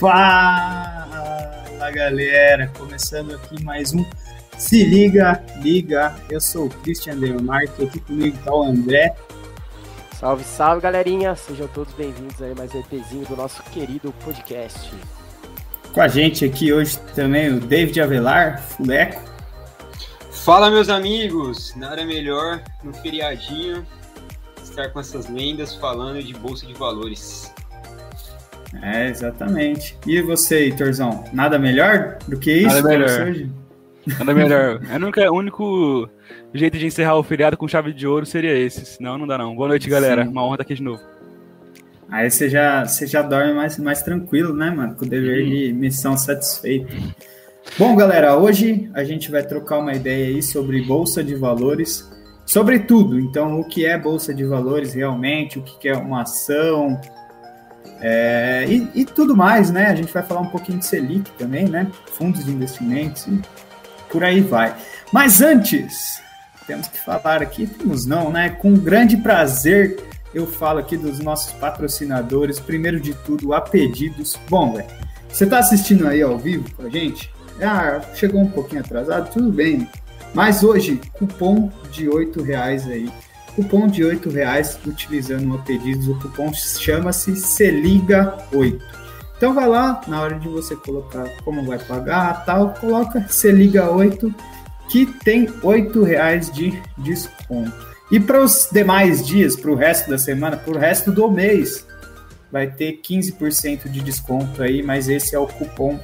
Fala galera, começando aqui mais um Se Liga, Liga. Eu sou o Christian Delmar, que aqui comigo tá o André. Salve, salve galerinha, sejam todos bem-vindos aí a mais um EPzinho do nosso querido podcast. Com a gente aqui hoje também o David Avelar, Fuleco. Fala meus amigos, nada melhor no feriadinho estar com essas lendas falando de Bolsa de Valores. É, exatamente. E você, Heitorzão, nada melhor do que isso? Nada melhor. Nada melhor. O único jeito de encerrar o feriado com chave de ouro seria esse, senão não dá não. Boa noite, galera. Sim. Uma honra estar aqui de novo. Aí você já dorme mais tranquilo, né, mano? Com o dever de missão satisfeito. Bom, galera, hoje a gente vai trocar uma ideia aí sobre Bolsa de Valores, sobre tudo. Então, o que é Bolsa de Valores realmente, o que é uma ação... E tudo mais, né? A gente vai falar um pouquinho de Selic também, né? Fundos de investimentos e por aí vai. Mas antes, temos que falar aqui, temos não, né? Com grande prazer, eu falo aqui dos nossos patrocinadores. Primeiro de tudo, a Pedidos. Bom, velho, você tá assistindo aí ao vivo com a gente? Chegou um pouquinho atrasado, tudo bem. Mas hoje, cupom de R$8 aí. Cupom de R$8 utilizando o Pedidos, o cupom chama-se SELIGA8. Então vai lá, na hora de você colocar como vai pagar, tal, coloca SELIGA8 que tem R$8 de desconto. E para os demais dias, para o resto da semana, para o resto do mês, vai ter 15% de desconto aí, mas esse é o cupom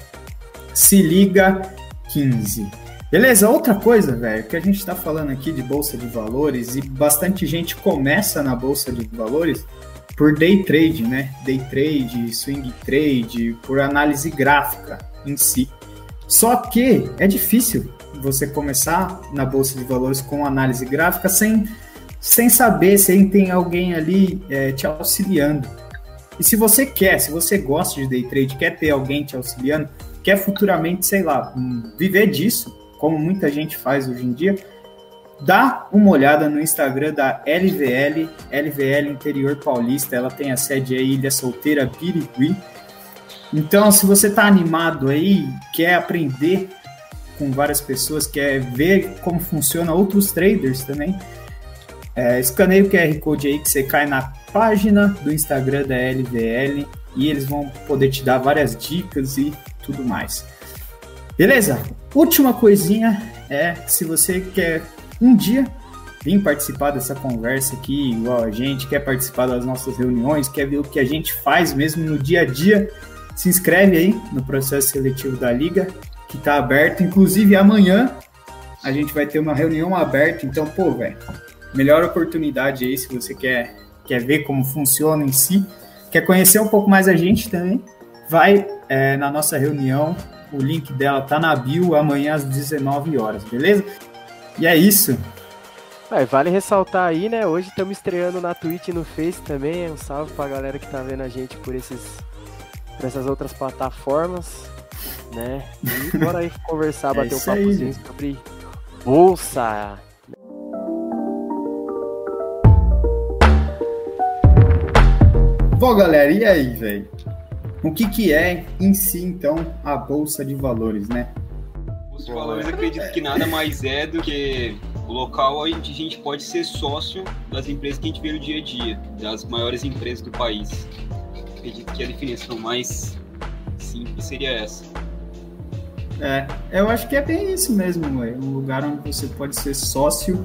SELIGA15. Beleza? Outra coisa, velho, que a gente está falando aqui de Bolsa de Valores e bastante gente começa na Bolsa de Valores por day trade, né? Day trade, swing trade, por análise gráfica em si. Só que é difícil você começar na Bolsa de Valores com análise gráfica sem saber se tem alguém ali te auxiliando. E se você gosta de day trade, quer ter alguém te auxiliando, quer futuramente, sei lá, viver disso, como muita gente faz hoje em dia, dá uma olhada no Instagram da LVL Interior Paulista. Ela tem a sede aí, Ilha Solteira, Birigui. Então, se você está animado aí, quer aprender com várias pessoas, quer ver como funciona outros traders também, escaneia o QR Code aí que você cai na página do Instagram da LVL e eles vão poder te dar várias dicas e tudo mais. Beleza? Última coisinha se você quer um dia vir participar dessa conversa aqui, igual a gente, quer participar das nossas reuniões, quer ver o que a gente faz mesmo no dia a dia, se inscreve aí no processo seletivo da Liga, que está aberto. Inclusive, amanhã a gente vai ter uma reunião aberta, então, velho, melhor oportunidade aí se você quer ver como funciona em si, quer conhecer um pouco mais a gente também, vai na nossa reunião. O link dela tá na bio, amanhã às 19 horas, beleza? E é isso. Vale ressaltar aí, né? Hoje estamos estreando na Twitch e no Face também. Um salve pra galera que tá vendo a gente por essas outras plataformas, né? E bora aí conversar, bater um papozinho sobre Bolsa. Bom, galera, e aí, velho? O que é, em si, então, a Bolsa de Valores, né? Bolsa de Valores, acredito que nada mais é do que o local onde a gente pode ser sócio das empresas que a gente vê no dia a dia, das maiores empresas do país. Acredito que a definição mais simples seria essa. Eu acho que é bem isso mesmo, véio. Um lugar onde você pode ser sócio.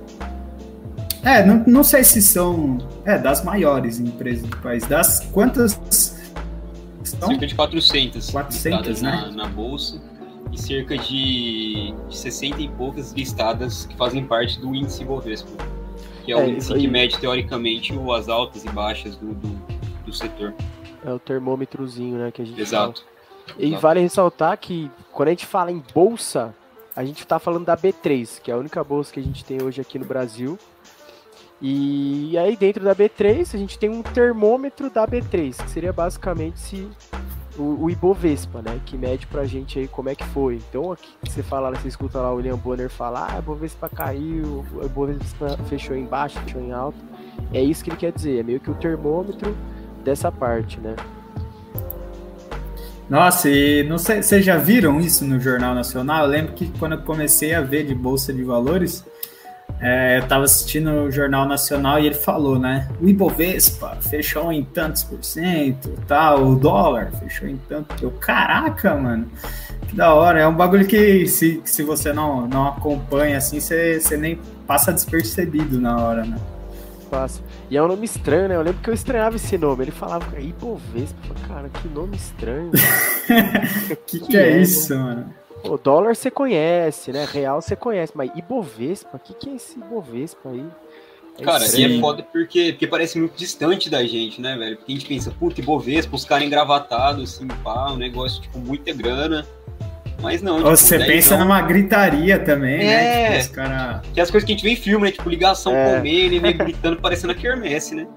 Não sei se são das maiores empresas do país. Das quantas... Cerca de 400 listadas, né? na Bolsa e cerca de 60 e poucas listadas que fazem parte do índice Bovespa, que é o índice que mede, teoricamente, as altas e baixas do setor. É o termômetrozinho, né, que a gente Exato. Fala. E vale ressaltar que, quando a gente fala em Bolsa, a gente está falando da B3, que é a única bolsa que a gente tem hoje aqui no Brasil. E aí dentro da B3 a gente tem um termômetro da B3, que seria basicamente o Ibovespa, né? Que mede pra gente aí como é que foi. Então aqui você escuta lá o William Bonner falar, o Ibovespa caiu, o Ibovespa fechou em baixo, fechou em alto. É isso que ele quer dizer, é meio que o termômetro dessa parte, né? Nossa, e não sei, vocês já viram isso no Jornal Nacional? Eu lembro que quando eu comecei a ver de Bolsa de Valores, eu estava assistindo o Jornal Nacional e ele falou, né? O Ibovespa fechou em tantos por cento, tal, o dólar fechou em tanto. Caraca, mano, que da hora. É um bagulho que se você não acompanha assim, você nem passa despercebido na hora, né? Passa. E é um nome estranho, né? Eu lembro que eu estranhava esse nome. Ele falava Ibovespa. Cara, que nome estranho. que é isso, né? Mano? O dólar você conhece, né? Real você conhece, mas Ibovespa? O que é esse Ibovespa aí? Cara, e é foda porque parece muito distante da gente, né, velho? Porque a gente pensa, puta, Ibovespa, os caras engravatados, assim, pá, um negócio, tipo, muita grana. Mas não, tipo, você pensa numa gritaria também, né? Tipo, os cara... Que é as coisas que a gente vê em filme, né? Tipo, ligação com ele, né? Gritando, parecendo a quermesse, né?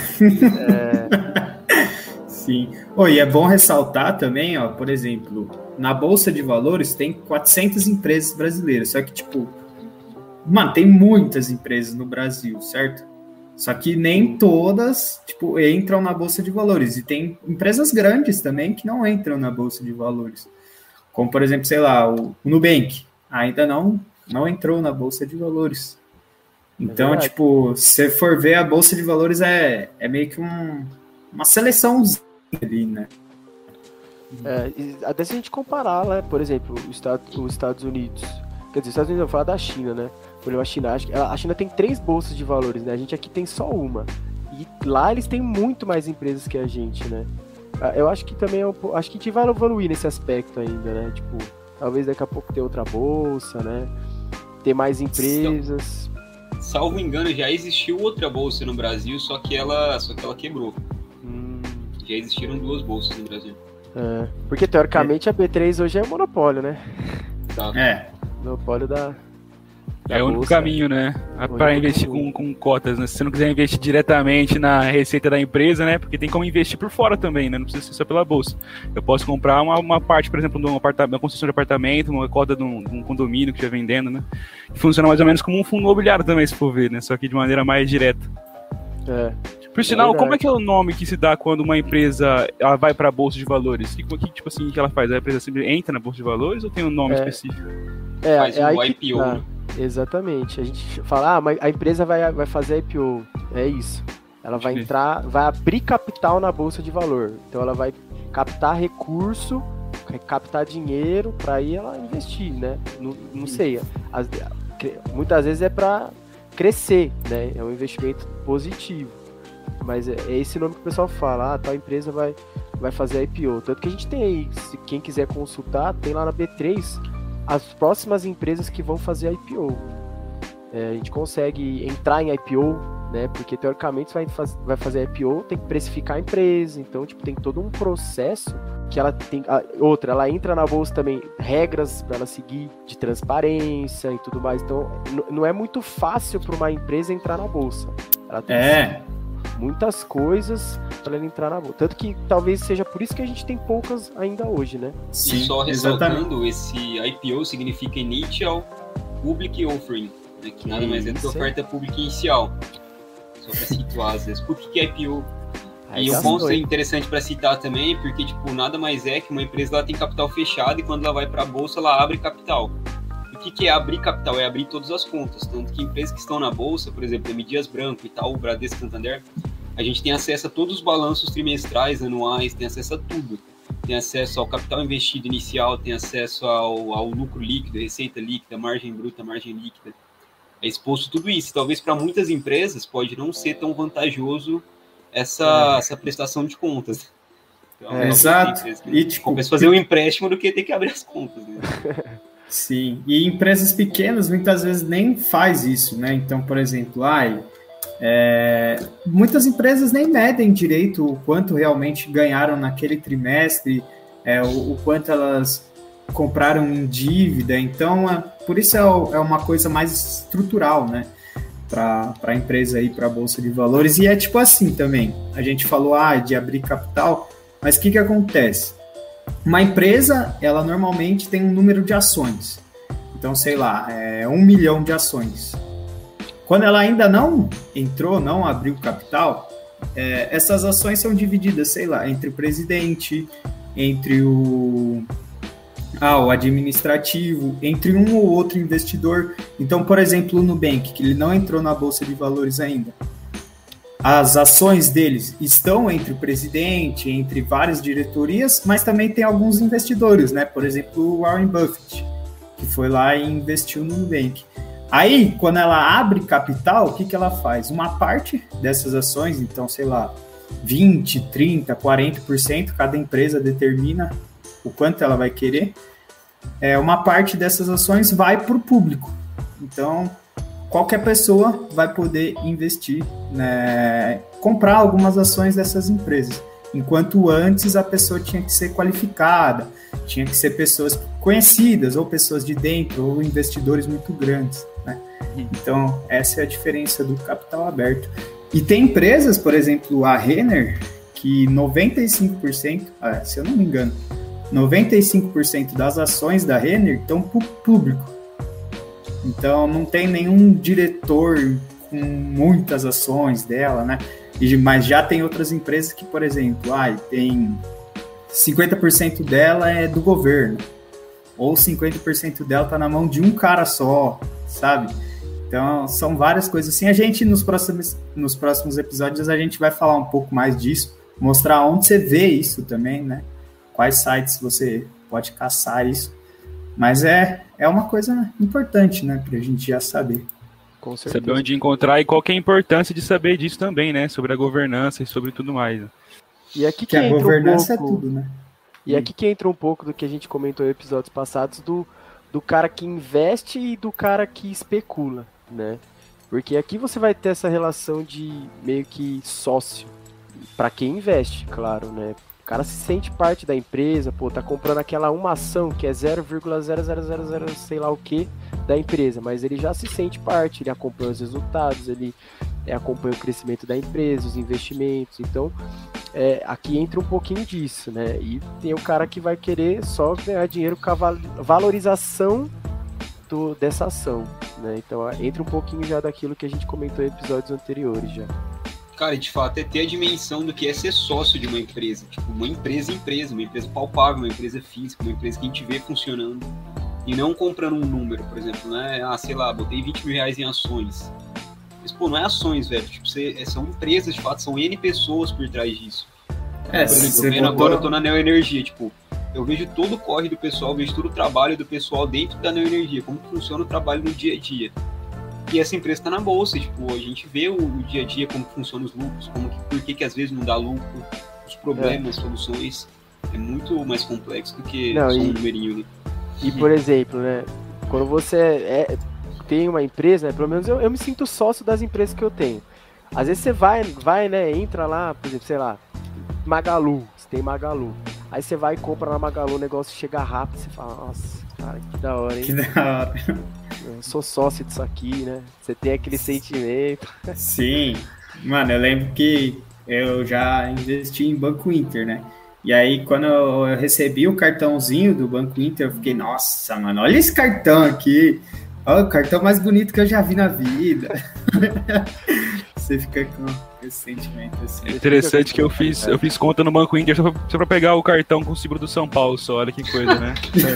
Sim. E é bom ressaltar também, ó, por exemplo, na Bolsa de Valores tem 400 empresas brasileiras, só que, tipo, mano, tem muitas empresas no Brasil, certo? Só que nem todas, tipo, entram na Bolsa de Valores. E tem empresas grandes também que não entram na Bolsa de Valores. Como, por exemplo, sei lá, o Nubank ainda não entrou na Bolsa de Valores. Então, tipo, se você for ver, a Bolsa de Valores é meio que uma seleçãozinha ali, né? Até se a gente comparar, né, por exemplo, os Estados Unidos. Quer dizer, os Estados Unidos, eu vou falar da China, né? Por exemplo, a China tem 3 bolsas de valores, né? A gente aqui tem só uma. E lá eles têm muito mais empresas que a gente, né? Eu acho que também acho que a gente vai evoluir nesse aspecto ainda, né? Tipo, talvez daqui a pouco ter outra bolsa, né? Ter mais empresas. Salvo engano, já existiu outra bolsa no Brasil, só que ela quebrou. Já existiram 2 bolsas no Brasil. Porque teoricamente a B3 hoje é um monopólio, né? Tá. Monopólio da É o único caminho, né? Para investir com cotas, né? Se você não quiser investir diretamente na receita da empresa, né? Porque tem como investir por fora também, né? Não precisa ser só pela bolsa. Eu posso comprar uma parte, por exemplo, de uma construção de apartamento, uma cota de um condomínio que estiver vendendo, né? Que funciona mais ou menos como um fundo imobiliário também, se for ver, né? Só que de maneira mais direta. Por sinal, como é que é o nome que se dá quando uma empresa ela vai para a Bolsa de Valores? Que tipo assim, que ela faz? A empresa sempre entra na Bolsa de Valores ou tem um nome específico? Faz um IPO, né? Exatamente. A gente fala, mas a empresa vai fazer IPO. É isso. Ela vai entrar, vai abrir capital na Bolsa de Valor. Então ela vai captar recurso, captar dinheiro para aí ela investir, né? Não sei. Muitas vezes é para crescer, né? É um investimento positivo. Mas é esse nome que o pessoal fala, tal empresa vai fazer IPO. Tanto que a gente tem aí, se quem quiser consultar, tem lá na B3 as próximas empresas que vão fazer IPO. A gente consegue entrar em IPO, né? Porque teoricamente vai fazer IPO, tem que precificar a empresa, então tipo, tem todo um processo que ela tem. Ela entra na bolsa também, regras para ela seguir de transparência e tudo mais. Então não é muito fácil para uma empresa entrar na bolsa. Ela tem muitas coisas para ela entrar na bolsa. Tanto que talvez seja por isso que a gente tem poucas ainda hoje, né? Sim, e só ressaltando, esse IPO significa Initial Public Offering, né, que nada mais é do que oferta pública inicial. Só para situar, às vezes. Por que IPO? E um ponto interessante para citar também, porque tipo, nada mais é que uma empresa ela tem capital fechado e quando ela vai para a bolsa, ela abre capital. O que é abrir capital? É abrir todas as contas. Tanto que empresas que estão na bolsa, por exemplo, M. Dias Branco, Itaú, Bradesco, Santander, a gente tem acesso a todos os balanços trimestrais, anuais, tem acesso a tudo. Tem acesso ao capital investido inicial, tem acesso ao lucro líquido, receita líquida, margem bruta, margem líquida. É exposto tudo isso. Talvez para muitas empresas pode não ser tão vantajoso essa prestação de contas. Então, exato. E tipo, compensa fazer um empréstimo do que ter que abrir as contas, né? Sim, e empresas pequenas muitas vezes nem faz isso, né? Então, por exemplo, muitas empresas nem medem direito o quanto realmente ganharam naquele trimestre, o quanto elas compraram em dívida. Então, por isso é uma coisa mais estrutural, né? Para a empresa ir para a Bolsa de Valores. E é tipo assim também, a gente falou de abrir capital, mas o que acontece? Uma empresa, ela normalmente tem um número de ações. Então, sei lá, 1 milhão de ações. Quando ela ainda não entrou, não abriu capital, essas ações são divididas, sei lá, entre o presidente, entre o administrativo, entre um ou outro investidor. Então, por exemplo, o Nubank, que ele não entrou na Bolsa de Valores ainda, as ações deles estão entre o presidente, entre várias diretorias, mas também tem alguns investidores, né? Por exemplo, o Warren Buffett, que foi lá e investiu no Nubank. Aí, quando ela abre capital, o que ela faz? Uma parte dessas ações, então, sei lá, 20%, 30%, 40%, cada empresa determina o quanto ela vai querer. Uma parte dessas ações vai para o público. Então, qualquer pessoa vai poder investir, né, comprar algumas ações dessas empresas. Enquanto antes a pessoa tinha que ser qualificada, tinha que ser pessoas conhecidas, ou pessoas de dentro, ou investidores muito grandes, né? Então, essa é a diferença do capital aberto. E tem empresas, por exemplo, a Renner, que 95%, se eu não me engano, 95% das ações da Renner estão para o público. Então, não tem nenhum diretor com muitas ações dela, né? Mas já tem outras empresas que, por exemplo, tem 50% dela é do governo, ou 50% dela está na mão de um cara só, sabe? Então, são várias coisas assim. A gente, nos próximos episódios, a gente vai falar um pouco mais disso, mostrar onde você vê isso também, né? Quais sites você pode caçar isso. Mas é uma coisa importante, né? Pra gente já saber. Com certeza. Saber onde encontrar e qual que é a importância de saber disso também, né? Sobre a governança e sobre tudo mais. E aqui que a governança é tudo, né? E aqui que entra um pouco do que a gente comentou em episódios passados, do cara que investe e do cara que especula, né? Porque aqui você vai ter essa relação de meio que sócio, para quem investe, claro, né? O cara se sente parte da empresa, tá comprando aquela uma ação que é 0,0000 sei lá o que da empresa, mas ele já se sente parte, ele acompanha os resultados, ele acompanha o crescimento da empresa, os investimentos. Então, aqui entra um pouquinho disso, né? E tem o cara que vai querer só ganhar dinheiro com a valorização dessa ação, né? Então, entra um pouquinho já daquilo que a gente comentou em episódios anteriores já. Cara, de fato, é ter a dimensão do que é ser sócio de uma empresa. Tipo, uma empresa palpável, uma empresa física, uma empresa que a gente vê funcionando. E não comprando um número, por exemplo, né? Sei lá, botei 20 mil reais em ações. Mas, não é ações, velho. Tipo, são empresas, de fato, são N pessoas por trás disso. Por exemplo, agora eu tô na Neoenergia, tipo, eu vejo todo o corre do pessoal, vejo todo o trabalho do pessoal dentro da Neoenergia, como funciona o trabalho no dia a dia. E essa empresa está na bolsa, tipo, a gente vê o dia a dia, como funcionam os lucros, por que às vezes não dá lucro, os problemas, soluções. É muito mais complexo do que só um numerinho ali. E, por exemplo, né, quando você tem uma empresa, né, pelo menos eu me sinto sócio das empresas que eu tenho. Às vezes você vai, né, entra lá, por exemplo, sei lá, Magalu, você tem Magalu. Aí você vai e compra na Magalu, o negócio chega rápido, você fala, nossa, cara, que da hora, hein? Que da hora. Eu sou sócio disso aqui, né? Você tem aquele sentimento. Sim. Mano, eu lembro que eu já investi em Banco Inter, né? E aí, quando eu recebi o cartãozinho do Banco Inter, eu fiquei, nossa, mano, olha esse cartão aqui. Olha o cartão mais bonito que eu já vi na vida. Você fica com esse sentimento assim. É interessante que eu fiz conta no Banco Inter só pra pegar o cartão com o símbolo do São Paulo, só olha que coisa, né?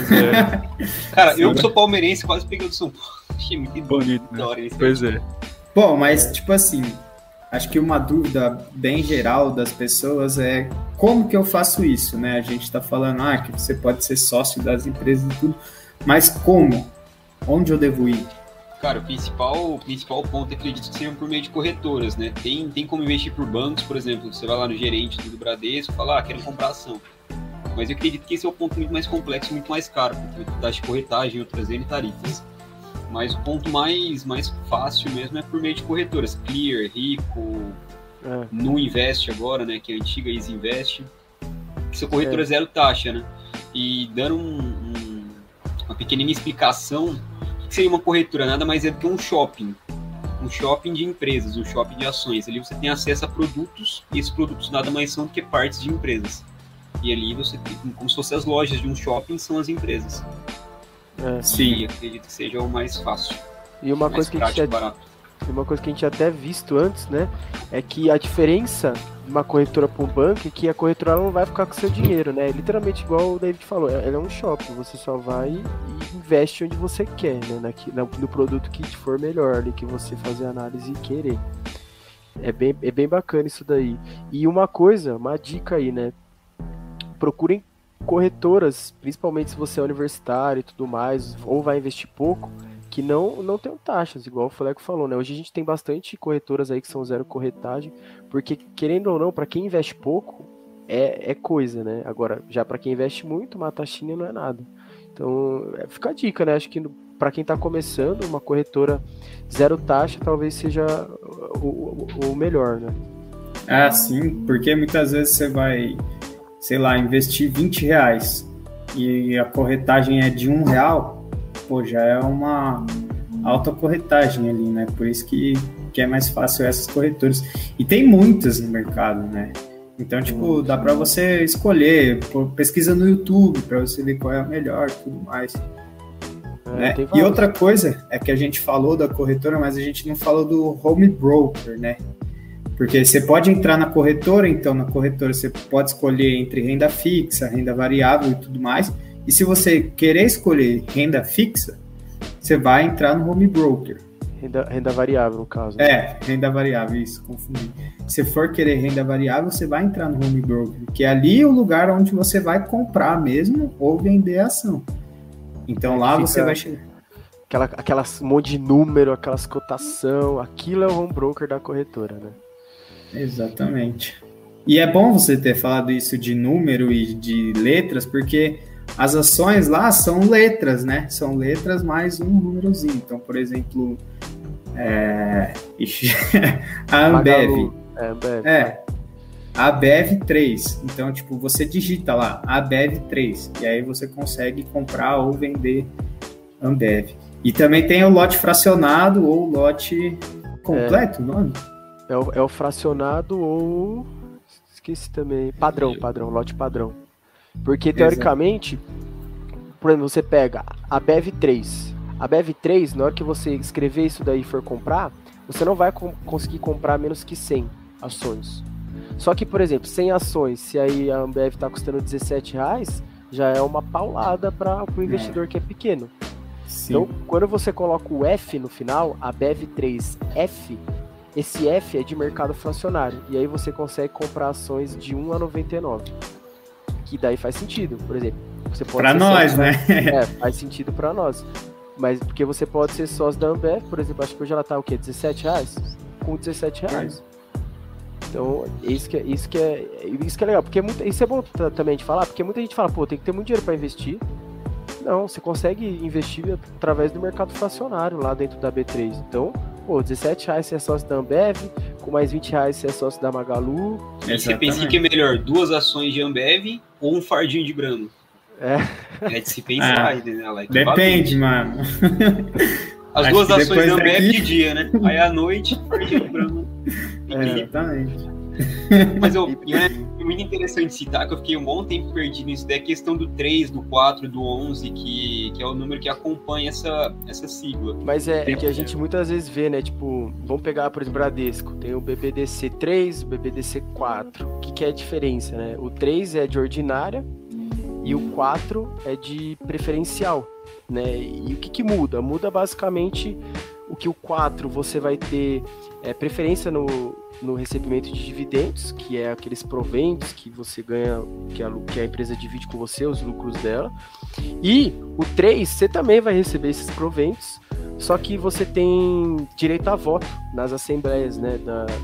Cara, eu que sou palmeirense, quase peguei o do São Paulo. Achei muito bonito, né? Pois é. Bom, mas tipo assim, acho que uma dúvida bem geral das pessoas é como que eu faço isso, né? A gente tá falando, que você pode ser sócio das empresas e tudo, mas como? Onde eu devo ir? Cara, o principal ponto, acredito que seja por meio de corretoras, né? Tem como investir por bancos, por exemplo, você vai lá no gerente do Bradesco e fala, quero comprar ação. Mas eu acredito que esse é um ponto muito mais complexo, muito mais caro, porque taxa de corretagem e outras N tarifas. Mas o ponto mais fácil mesmo é por meio de corretoras. Clear, Rico, Nu Invest agora, né? Que é a antiga Easy Invest. Que são corretoras zero taxa, né? E dando uma pequenina explicação, o que seria uma corretora? Nada mais é do que um shopping de empresas, um shopping de ações. Ali você tem acesso a produtos, e esses produtos nada mais são do que partes de empresas. E ali você tem, como se fossem as lojas de um shopping, são as empresas. Sim. E acredito que seja o mais fácil. E uma coisa que prático, barato. uma coisa que a gente até visto antes, né, é que a diferença de uma corretora para um banco é que a corretora ela não vai ficar com seu dinheiro, né, literalmente igual o David falou, ela é um shopping, você só vai e investe onde você quer, né, no produto que te for melhor, ali, que você fazer análise e querer. É bem bacana isso daí. E uma dica aí, né, procurem corretoras, principalmente se você é universitário e tudo mais, ou vai investir pouco, que não tem taxas, igual o Fleco falou, né? Hoje a gente tem bastante corretoras aí que são zero corretagem, porque querendo ou não, para quem investe pouco, é coisa, né? Agora, já para quem investe muito, uma taxinha não é nada. Então, fica a dica, né? Acho que para quem tá começando, uma corretora zero taxa talvez seja o melhor, né? Ah, sim, porque muitas vezes você vai, sei lá, investir R$20 e a corretagem é de R$1, pô, já é uma alta corretagem ali, né? Por isso que é mais fácil essas corretoras. E tem muitas no mercado, né? Então, tipo, dá para você escolher, pesquisa no YouTube para você ver qual é a melhor e tudo mais. Né? E outra coisa é que a gente falou da corretora, mas a gente não falou do home broker, né? Porque você pode entrar na corretora, então na corretora você pode escolher entre renda fixa, renda variável e tudo mais. E se você querer escolher renda fixa, você vai entrar no home broker. Renda variável, no caso. Né? Renda variável, isso, confundi. Se for querer renda variável, você vai entrar no home broker, que é ali o lugar onde você vai comprar mesmo ou vender a ação. Então lá você vai chegar. Aquelas monte de número, aquelas cotação, aquilo é o home broker da corretora, né? Exatamente. E é bom você ter falado isso de número e de letras, porque as ações lá são letras, né? São letras mais um númerozinho. Então, por exemplo, a Ambev. A Ambev 3. Então, tipo, você digita lá, Ambev 3. E aí você consegue comprar ou vender Ambev. E também tem o lote fracionado ou lote completo, o nome? É o fracionado ou... Esqueci também. Padrão, lote padrão. Porque, teoricamente, por exemplo, você pega a BEV3. A BEV3, na hora que você escrever isso daí e for comprar, você não vai conseguir comprar menos que 100 ações. Só que, por exemplo, 100 ações, se aí a Ambev está custando R$17, já é uma paulada para o investidor que é pequeno. Sim. Então, quando você coloca o F no final, a BEV3F, esse F é de mercado fracionário. E aí você consegue comprar ações de 1 a 99. Que daí faz sentido, por exemplo. Para nós, né? Faz sentido para nós. Mas porque você pode ser sócio da Ambev, por exemplo, acho que hoje ela tá o quê? R$17? Com R$17. Então, isso que é legal. Porque isso é bom também de falar, porque muita gente fala, pô, tem que ter muito dinheiro para investir. Não, você consegue investir através do mercado fracionário lá dentro da B3. Então, pô, R$17 você é sócio da Ambev, com mais R$20 você é sócio da Magalu. E você pensa que é melhor 2 ações de Ambev ou um fardinho de grano? É de se pensar, entendeu? Depende, mano. As duas ações da Ambev de dia, né? Aí à noite, fardinho de grano. Exatamente. Mas é muito interessante citar que eu fiquei um bom tempo perdido nisso, daí a questão do 3, do 4, do 11, que é o número que acompanha essa sigla. Mas que a gente muitas vezes vê, né, tipo, vamos pegar, por exemplo, Bradesco, tem o BBDC 3, o BBDC 4, o que é a diferença, né? O 3 é de ordinária e o 4 é de preferencial, né? E o que muda? Muda basicamente o que o 4 você vai ter preferência no recebimento de dividendos, que é aqueles proventos que você ganha, que a empresa divide com você, os lucros dela. E o 3, você também vai receber esses proventos, só que você tem direito a voto nas assembleias, né,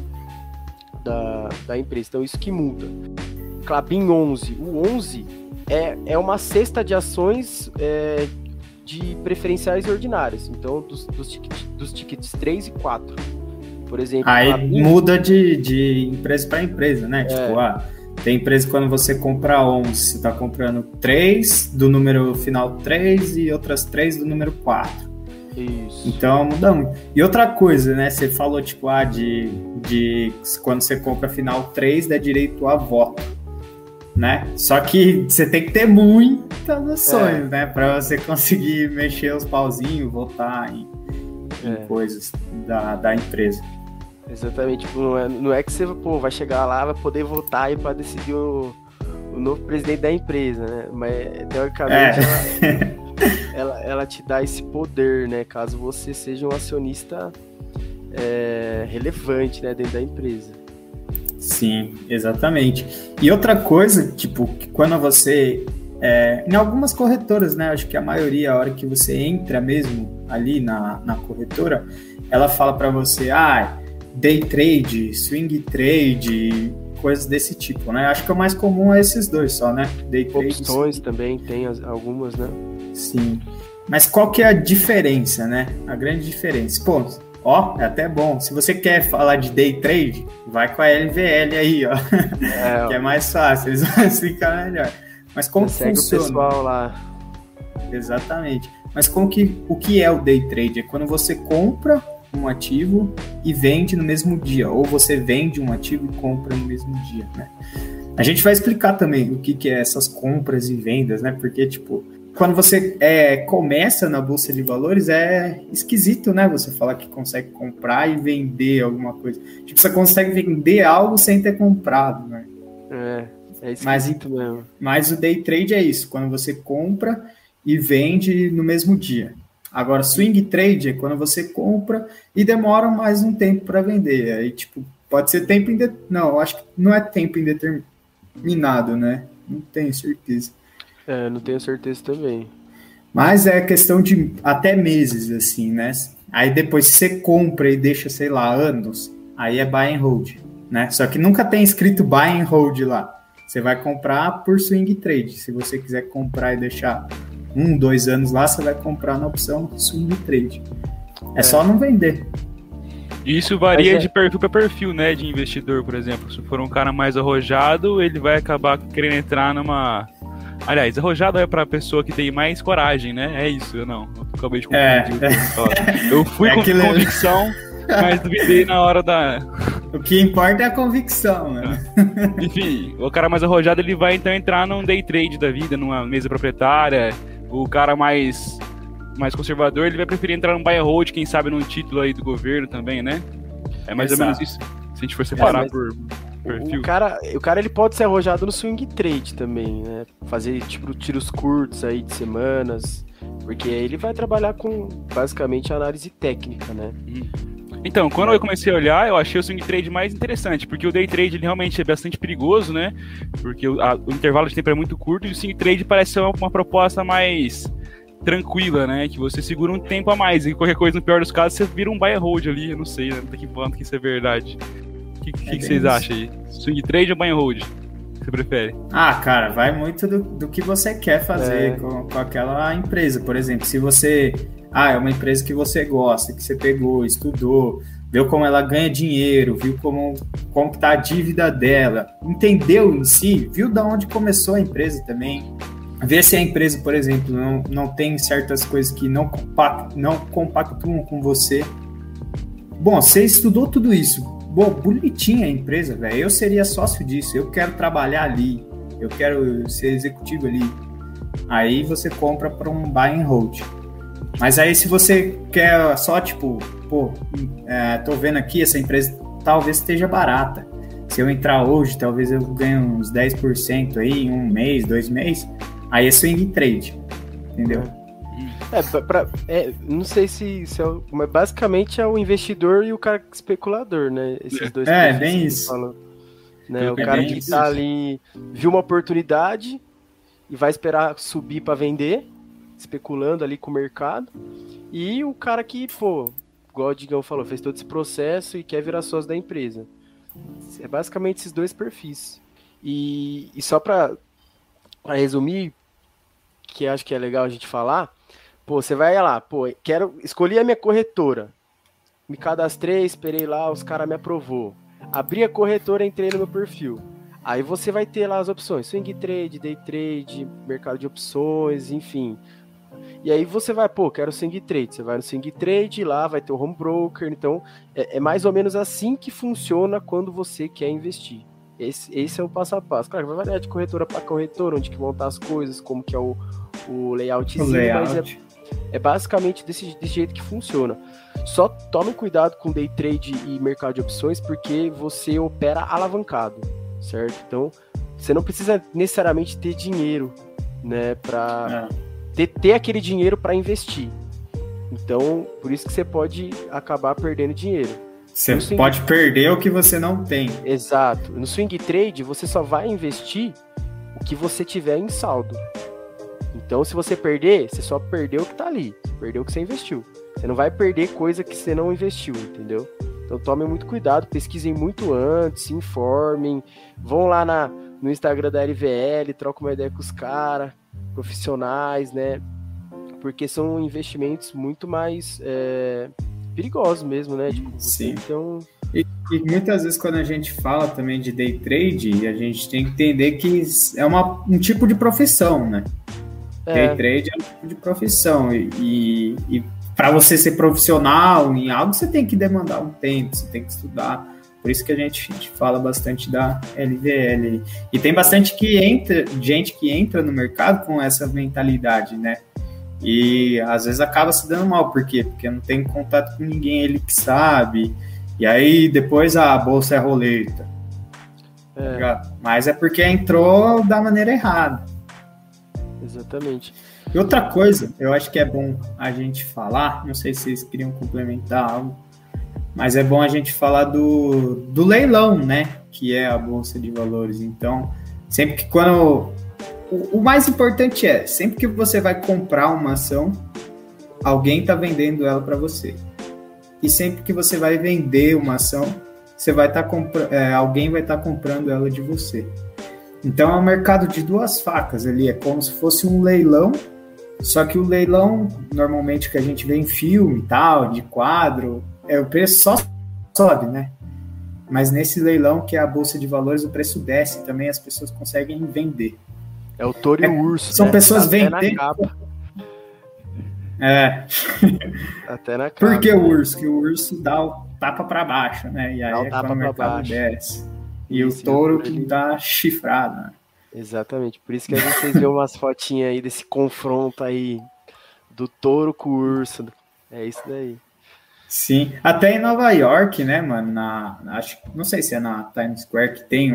da empresa. Então isso que muda. Klabin 11. O 11 é uma cesta de ações de preferenciais ordinárias. Então dos tickets 3 e 4. Por exemplo, aí muda de empresa para empresa, né? Tipo, tem empresa que quando você compra 11, você está comprando 3 do número final 3 e outras 3 do número 4. Isso. Então muda muito. E outra coisa, né? Você falou, tipo, de quando você compra final 3, dá direito a voto, né? Só que você tem que ter muitas ações, né? Para você conseguir mexer os pauzinhos, votar em coisas da empresa. Exatamente, tipo, não é que você vai chegar lá, vai poder votar para decidir o novo presidente da empresa, né? Mas teoricamente ela te dá esse poder, né? Caso você seja um acionista relevante, né, dentro da empresa. Sim, exatamente. E outra coisa, tipo, que quando você... em algumas corretoras, né? Acho que a maioria, a hora que você entra mesmo ali na corretora, ela fala para você, day trade, swing trade, coisas desse tipo, né? Acho que o mais comum é esses dois só, né? Day trade. Opções também, tem algumas, né? Sim. Mas qual que é a diferença, né? A grande diferença. Pô, é até bom. Se você quer falar de day trade, vai com a LVL aí, ó. Que é mais fácil, eles vão explicar melhor. Mas como segue funciona? O pessoal lá. Exatamente. Mas o que é o day trade? É quando você compra um ativo e vende no mesmo dia, ou você vende um ativo e compra no mesmo dia, né? A gente vai explicar também o que é essas compras e vendas, né? Porque, tipo, quando você começa na Bolsa de Valores, é esquisito, né? Você falar que consegue comprar e vender alguma coisa. Tipo, você consegue vender algo sem ter comprado, né? É esquisito mesmo. Mas o day trade é isso, quando você compra e vende no mesmo dia. Agora, swing trade é quando você compra e demora mais um tempo para vender. Aí, tipo, pode ser tempo indeterminado. Não, eu acho que não é tempo indeterminado, né? Não tenho certeza. Não tenho certeza também. Mas é questão de até meses, assim, né? Aí depois você compra e deixa, sei lá, anos, aí é buy and hold, né? Só que nunca tem escrito buy and hold lá. Você vai comprar por swing trade. Se você quiser comprar e deixar 2 anos lá, você vai comprar na opção swing trade. É só não vender. Isso varia de perfil para perfil, né, de investidor, por exemplo. Se for um cara mais arrojado, ele vai acabar querendo entrar numa... Aliás, arrojado é para pessoa que tem mais coragem, né? É isso, eu acabei de confundir. Eu fui com convicção, mas duvidei na hora da... O que importa é a convicção, né? Enfim, o cara mais arrojado, ele vai então entrar num day trade da vida, numa mesa proprietária. O cara mais conservador, ele vai preferir entrar num buy and hold, quem sabe num título aí do governo também, né? É mais ou menos isso. Se a gente for separar por perfil. O cara ele pode ser arrojado no swing trade também, né? Fazer tipo tiros curtos aí de semanas, porque ele vai trabalhar com basicamente análise técnica, né? Então, quando eu comecei a olhar, eu achei o swing trade mais interessante, porque o day trade ele realmente é bastante perigoso, né? Porque o intervalo de tempo é muito curto e o swing trade parece ser uma proposta mais tranquila, né? Que você segura um tempo a mais e qualquer coisa, no pior dos casos, você vira um buy and hold ali, eu não sei, né? Até que ponto que isso é verdade. O que vocês acham aí? Swing trade ou buy and hold? O que você prefere? Cara, vai muito do que você quer fazer com aquela empresa. Por exemplo, se você... é uma empresa que você gosta, que você pegou, estudou, viu como ela ganha dinheiro, viu como que tá a dívida dela, entendeu em si, viu de onde começou a empresa também, vê se a empresa, por exemplo, não tem certas coisas que não compactuam com você. Bom, você estudou tudo isso, bonitinha a empresa, velho, eu seria sócio disso, eu quero trabalhar ali, eu quero ser executivo ali. Aí você compra para um buy and hold. Mas aí se você quer só, tipo, tô vendo aqui, essa empresa talvez esteja barata. Se eu entrar hoje, talvez eu ganhe uns 10% aí em 1 mês, 2 meses. Aí é swing trade, entendeu? Não sei se mas basicamente é o investidor e o cara especulador, né? Esses dois. Bem isso. Falam, né? O cara que tá ali, viu uma oportunidade e vai esperar subir para vender, especulando ali com o mercado, e o cara que, igual o Digão falou, fez todo esse processo e quer virar sócio da empresa. É basicamente esses dois perfis. E só para resumir, que acho que é legal a gente falar, você vai lá, escolhi a minha corretora, me cadastrei, esperei lá, os caras me aprovou, abri a corretora, entrei no meu perfil. Aí você vai ter lá as opções, swing trade, day trade, mercado de opções, enfim. E aí você vai, quero swing trade. Você vai no swing trade, lá vai ter o home broker. Então, é mais ou menos assim que funciona quando você quer investir. Esse é o passo a passo. Claro, vai variar de corretora para corretora, onde que vão estar as coisas, como que é o layoutzinho, mas é basicamente desse jeito que funciona. Só tome cuidado com day trade e mercado de opções, porque você opera alavancado, certo? Então, você não precisa necessariamente ter dinheiro, né, para ter aquele dinheiro para investir. Então, por isso que você pode acabar perdendo dinheiro. Você pode perder o que você não tem. Exato. No swing trade, você só vai investir o que você tiver em saldo. Então, se você perder, você só perdeu o que tá ali. Você perdeu o que você investiu. Você não vai perder coisa que você não investiu, entendeu? Então, tomem muito cuidado, pesquisem muito antes, se informem. Vão lá no Instagram da LVL, trocam uma ideia com os caras, profissionais, né? Porque são investimentos muito mais perigosos mesmo, né? Tipo, sim. Então... E muitas vezes quando a gente fala também de day trade, a gente tem que entender que é um tipo de profissão, né? Day trade é um tipo de profissão e para você ser profissional em algo, você tem que demandar um tempo, você tem que estudar. Por isso que a gente fala bastante da LVL. E tem bastante gente que entra no mercado com essa mentalidade, né? E às vezes acaba se dando mal. Por quê? Porque não tem contato com ninguém, ele que sabe. E aí depois a bolsa é roleta. Mas é porque entrou da maneira errada. Exatamente. E outra coisa, eu acho que é bom a gente falar, não sei se vocês queriam complementar algo, mas é bom a gente falar do leilão, né? Que é a Bolsa de Valores. Então, sempre que o mais importante é, sempre que você vai comprar uma ação, alguém está vendendo ela para você. E sempre que você vai vender uma ação, você vai alguém vai estar comprando ela de você. Então é um mercado de duas facas ali, é como se fosse um leilão, só que o leilão, normalmente que a gente vê em filme e tal, de quadro, o preço só sobe, né? Mas nesse leilão, que é a Bolsa de Valores, o preço desce também, as pessoas conseguem vender. É o touro e o urso, são né? pessoas Até vendendo. Na capa. Até na capa. Por que o urso? Que o urso dá o tapa para baixo, né? E aí dá o tapa quando o mercado baixo. Desce. E o touro que dá chifrado, né? Exatamente. Por isso que a gente fez ver umas fotinhas aí desse confronto aí do touro com o urso. É isso daí. Sim. Até em Nova York, né, mano? Não sei se é na Times Square que tem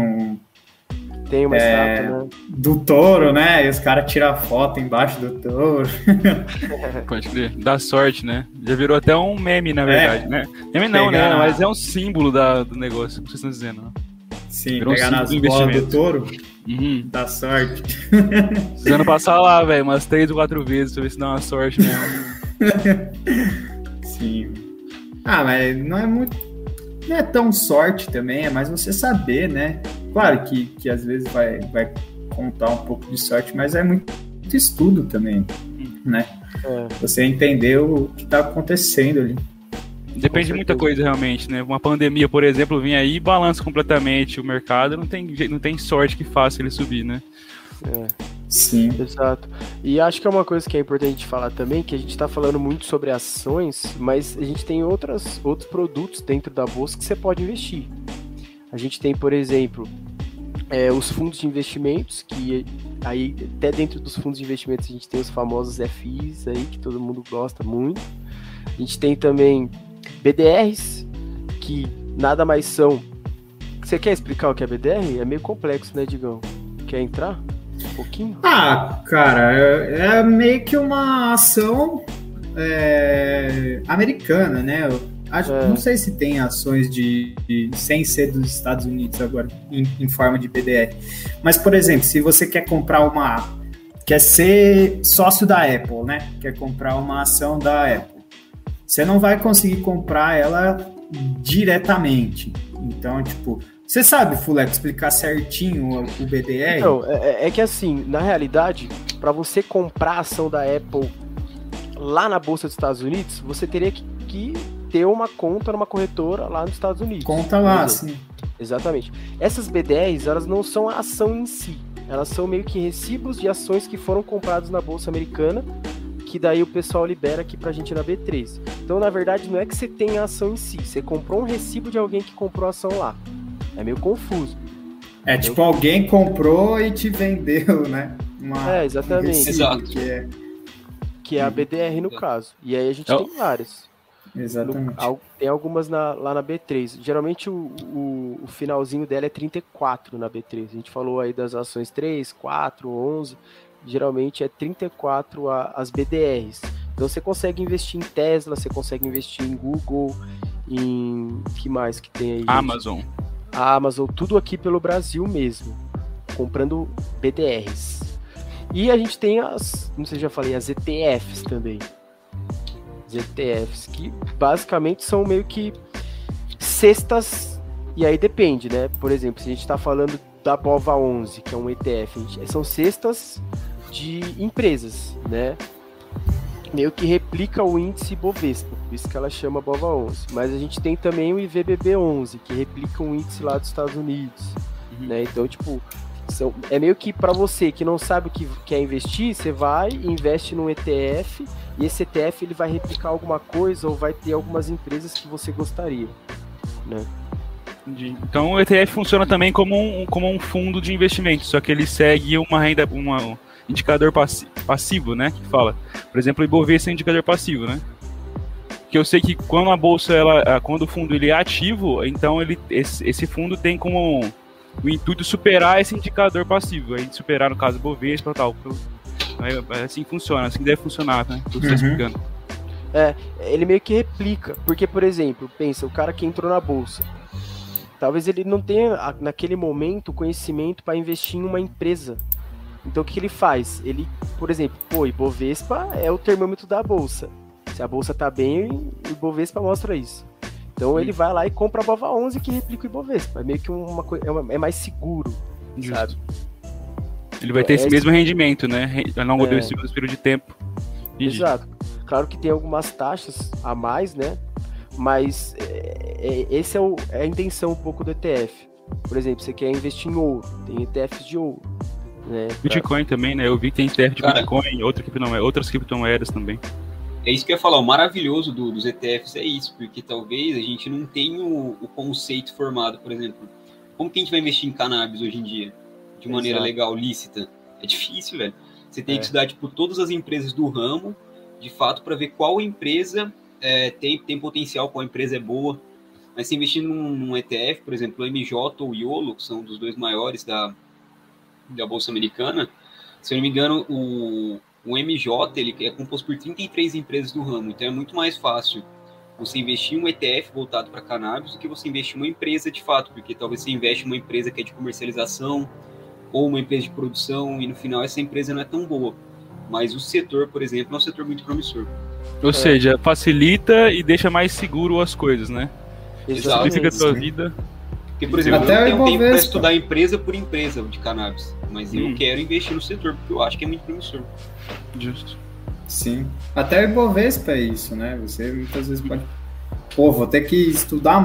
uma estátua, né? Do touro, né? E os caras tiram foto embaixo do touro. Pode crer. Dá sorte, né? Já virou até um meme, na verdade, né? Meme não, né? Mas é um símbolo do negócio, que vocês estão dizendo, né? Sim, virou pegar nas bolas do touro, dá sorte. Precisando passar lá, velho, umas 3 ou 4 vezes pra ver se dá uma sorte mesmo. Sim. Mas não é tão sorte também, é mais você saber, né? Claro que às vezes vai contar um pouco de sorte, mas é muito estudo também, né? Você entender o que tá acontecendo ali. Depende de muita coisa, realmente, né? Uma pandemia, por exemplo, vem aí e balança completamente o mercado, não tem sorte que faça ele subir, né? Sim. Exato. E acho que é uma coisa que é importante falar também, que a gente está falando muito sobre ações, mas a gente tem outros produtos dentro da bolsa que você pode investir. A gente tem, por exemplo, os fundos de investimentos, que aí até dentro dos fundos de investimentos a gente tem os famosos FIs aí, que todo mundo gosta muito. A gente tem também BDRs, que nada mais são... Você quer explicar o que é BDR? É meio complexo, né, Digão? Quer entrar? Um pouquinho? Cara, é meio que uma ação americana, né? Não sei se tem ações sem ser dos Estados Unidos agora, em forma de BDR. Mas, por exemplo, se você quer comprar quer ser sócio da Apple, né? Quer comprar uma ação da Apple. Você não vai conseguir comprar ela diretamente. Então, tipo... Você sabe, Fuleco, explicar certinho o BDR? Então, é que assim, na realidade, para você comprar a ação da Apple lá na Bolsa dos Estados Unidos, você teria que ter uma conta numa corretora lá nos Estados Unidos. Conta lá, sim. Exatamente. Essas BDRs, elas não são a ação em si. Elas são meio que recibos de ações que foram compradas na Bolsa Americana, que daí o pessoal libera aqui pra gente na B3. Então, na verdade, não é que você tem a ação em si. Você comprou um recibo de alguém que comprou a ação lá. É meio confuso. Tipo, alguém comprou e te vendeu, né? Exatamente. Exato. Que é a BDR no caso. E aí a gente tem várias. Exatamente. Tem algumas lá na B3. Geralmente o finalzinho dela é 34 na B3. A gente falou aí das ações 3, 4, 11. Geralmente é 34 as BDRs. Então você consegue investir em Tesla, você consegue investir em Google, em... que mais que tem aí? Amazon. A Amazon, tudo aqui pelo Brasil mesmo, comprando BDRs. E a gente tem não sei se eu já falei, as ETFs também. As ETFs, que basicamente são meio que cestas, e aí depende, né? Por exemplo, se a gente está falando da BOVA11, que é um ETF, são cestas de empresas, né? Meio que replica o índice Bovespa, por isso que ela chama BOVA11. Mas a gente tem também o IVBB11, que replica um índice lá dos Estados Unidos, né? Então, tipo, é meio que para você que não sabe o que quer investir, você vai e investe num ETF, e esse ETF ele vai replicar alguma coisa ou vai ter algumas empresas que você gostaria, né? Então o ETF funciona também como um fundo de investimento, só que ele segue uma renda, um indicador passivo, né, que fala. Por exemplo, o Ibovespa é um indicador passivo, né? Que eu sei que quando a bolsa, quando o fundo ele é ativo, então esse fundo tem como o intuito de superar esse indicador passivo, aí de superar, no caso, o Ibovespa e tal. Assim funciona, assim deve funcionar, né? Tô explicando. Ele meio que replica, porque, por exemplo, pensa, o cara que entrou na bolsa, talvez ele não tenha, naquele momento, conhecimento para investir em uma empresa. Então, o que ele faz? Ele, por exemplo, Ibovespa é o termômetro da bolsa. Se a bolsa tá bem, o Ibovespa mostra isso. Então, ele vai lá e compra a BOVA11 que replica o Ibovespa. É meio que é mais seguro, sabe? Ele vai ter esse mesmo rendimento, né? Ao longo desse período de tempo. Exato. Claro que tem algumas taxas a mais, né? Mas esse é a intenção um pouco do ETF. Por exemplo, você quer investir em ouro, tem ETFs de ouro, né? Bitcoin também, né? Eu vi que tem ETF de Bitcoin, outras criptomoedas também. É isso que eu ia falar, o maravilhoso dos ETFs é isso, porque talvez a gente não tenha o conceito formado, por exemplo, como que a gente vai investir em cannabis hoje em dia? De maneira legal, lícita? É difícil, velho. Você tem que estudar, tipo, todas as empresas do ramo, de fato, para ver qual empresa tem potencial, qual empresa é boa. Mas se investir num ETF, por exemplo, o MJ ou o YOLO, que são dos dois maiores da Bolsa Americana, se eu não me engano, o MJ ele é composto por 33 empresas do ramo, então é muito mais fácil você investir em um ETF voltado para cannabis do que você investir em uma empresa de fato, porque talvez você investe em uma empresa que é de comercialização ou uma empresa de produção e no final essa empresa não é tão boa. Mas o setor, por exemplo, é um setor muito promissor. Ou seja, facilita e deixa mais seguro as coisas, né? Simplifica a tua vida. Porque, por exemplo, eu não tenho tempo para estudar empresa por empresa de cannabis, mas eu quero investir no setor, porque eu acho que é muito promissor. Justo. Sim. Até o Ibovespa é isso, né? Você muitas vezes pode... vou ter que estudar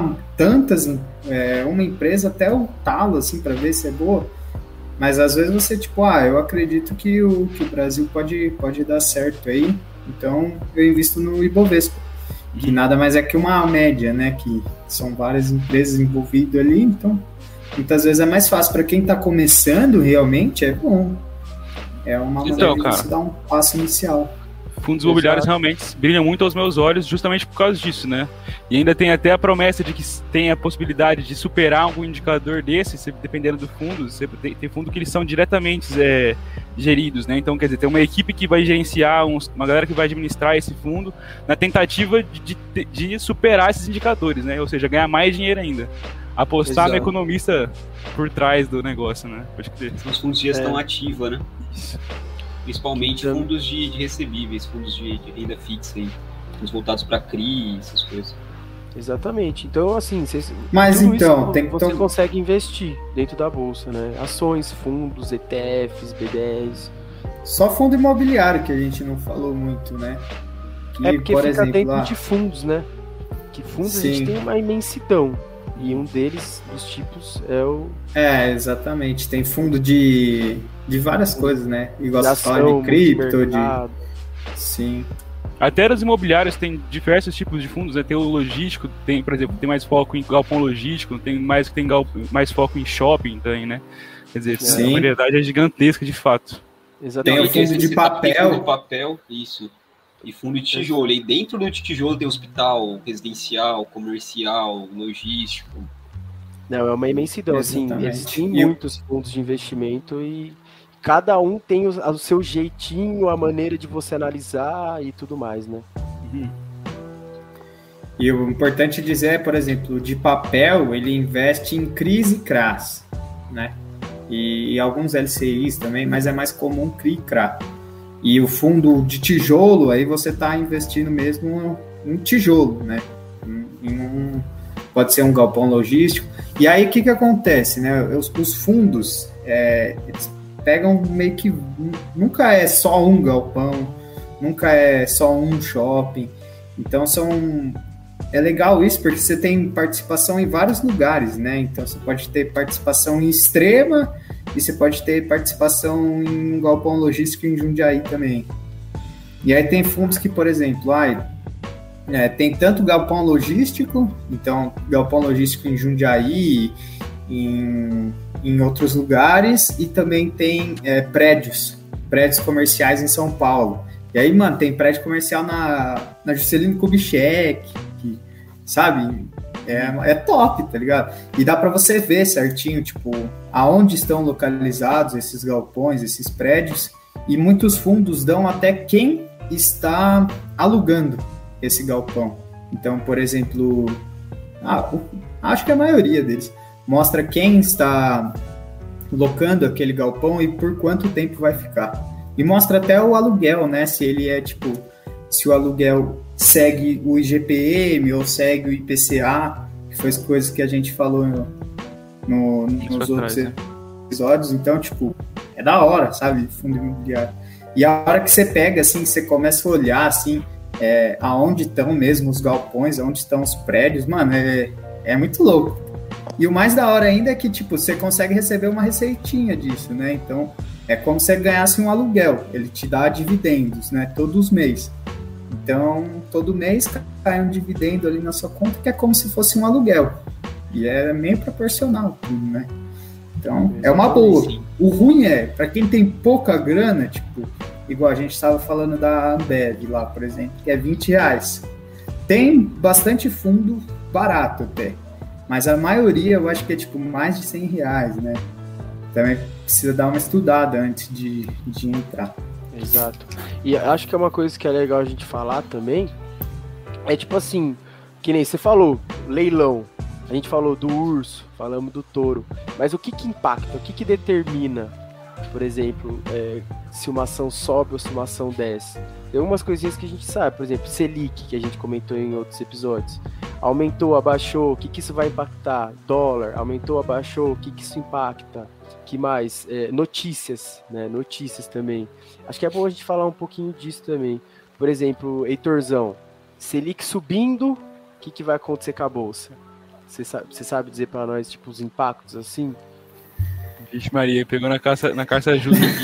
uma empresa até o talo, assim, para ver se é boa. Mas às vezes você, tipo, eu acredito que o Brasil pode dar certo aí, então eu invisto no Ibovespa, que nada mais é que uma média, né? Que são várias empresas envolvidas ali, então muitas vezes é mais fácil. Para quem está começando, realmente é bom. É uma maneira de você dar um passo inicial. Fundos imobiliários realmente brilham muito aos meus olhos justamente por causa disso, né? E ainda tem até a promessa de que tem a possibilidade de superar algum indicador desse, dependendo do fundo. Tem fundo que eles são diretamente geridos, né? Então, quer dizer, tem uma equipe que vai gerenciar, uma galera que vai administrar esse fundo na tentativa de superar esses indicadores, né? Ou seja, ganhar mais dinheiro ainda. Apostar no economista por trás do negócio, né? Pode crer. Os fundos de gestão ativa, né? Isso. Principalmente fundos de recebíveis, fundos de renda fixa, aí, fundos voltados para CRI, essas coisas. Exatamente. Então, assim, você consegue investir dentro da bolsa, né? Ações, fundos, ETFs, BDRs. Só fundo imobiliário que a gente não falou muito, né? Porque por fica exemplo, dentro de fundos, né? Que fundos a gente tem uma imensidão. E um dos tipos é o... exatamente. Tem fundo de várias coisas, né? Igual você fala de cripto, Sim. Até os imobiliários tem diversos tipos de fundos, né? Tem o logístico, por exemplo, tem mais foco em galpão logístico, tem mais foco em shopping também, né? Quer dizer, a variedade é gigantesca de fato. Exatamente. Tem o fundo de papel. Isso. E fundo de tijolo. E dentro do tijolo tem hospital, residencial, comercial, logístico. Não, é uma imensidão, assim, existem muitos fundos de investimento e cada um tem o seu jeitinho, a maneira de você analisar e tudo mais, né? E o importante dizer é, por exemplo, de papel, ele investe em CRIs e CRAs, né? E alguns LCIs também, mas é mais comum CRI e CRA. E o fundo de tijolo, aí você está investindo mesmo em tijolo, né? Pode ser um galpão logístico. E aí, o que acontece, né? Os fundos, eles pegam meio que... Nunca é só um galpão, nunca é só um shopping. Então, é legal isso, porque você tem participação em vários lugares, né? Então, você pode ter participação em Extrema e você pode ter participação em um galpão logístico em Jundiaí também. E aí tem fundos que, por exemplo, tem tanto galpão logístico, então galpão logístico em Jundiaí, em outros lugares, e também tem prédios comerciais em São Paulo. E aí, mano, tem prédio comercial na Juscelino Kubitschek, sabe? É top, tá ligado? E dá para você ver certinho, tipo, aonde estão localizados esses galpões, esses prédios, e muitos fundos dão até quem está alugando esse galpão. Então, por exemplo, acho que a maioria deles mostra quem está locando aquele galpão e por quanto tempo vai ficar. E mostra até o aluguel, né? Se ele é, tipo, se o aluguel segue o IGPM ou segue o IPCA, que foi as coisas que a gente falou nos outros episódios. Então, tipo, é da hora, sabe? Fundo imobiliário. E a hora que você pega, assim, você começa a olhar, assim, aonde estão mesmo os galpões, aonde estão os prédios, mano, é muito louco. E o mais da hora ainda é que, tipo, você consegue receber uma receitinha disso, né? Então, é como se você ganhasse um aluguel. Ele te dá dividendos, né? Todos os meses. Então, todo mês cai um dividendo ali na sua conta, que é como se fosse um aluguel. E é meio proporcional tudo, né? Então, é uma boa. O ruim para quem tem pouca grana, tipo, igual a gente estava falando da Ambev lá, por exemplo, que é R$20. Tem bastante fundo barato até, mas a maioria eu acho que é tipo mais de R$100, né? Também precisa dar uma estudada antes de entrar. Exato. E acho que é uma coisa que é legal a gente falar também, é tipo assim, que nem você falou, leilão. A gente falou do urso, falamos do touro, mas o que impacta, o que determina, por exemplo, se uma ação sobe ou se uma ação desce? Tem algumas coisinhas que a gente sabe, por exemplo, Selic, que a gente comentou em outros episódios. Aumentou, abaixou, o que isso vai impactar? Dólar, aumentou, abaixou, o que isso impacta? Que mais? Notícias, né? Notícias também. Acho que é bom a gente falar um pouquinho disso também. Por exemplo, Heitorzão, Selic subindo, o que vai acontecer com a Bolsa? Você sabe dizer para nós, tipo, os impactos, assim? Vixe Maria, pegou na caça justa aqui.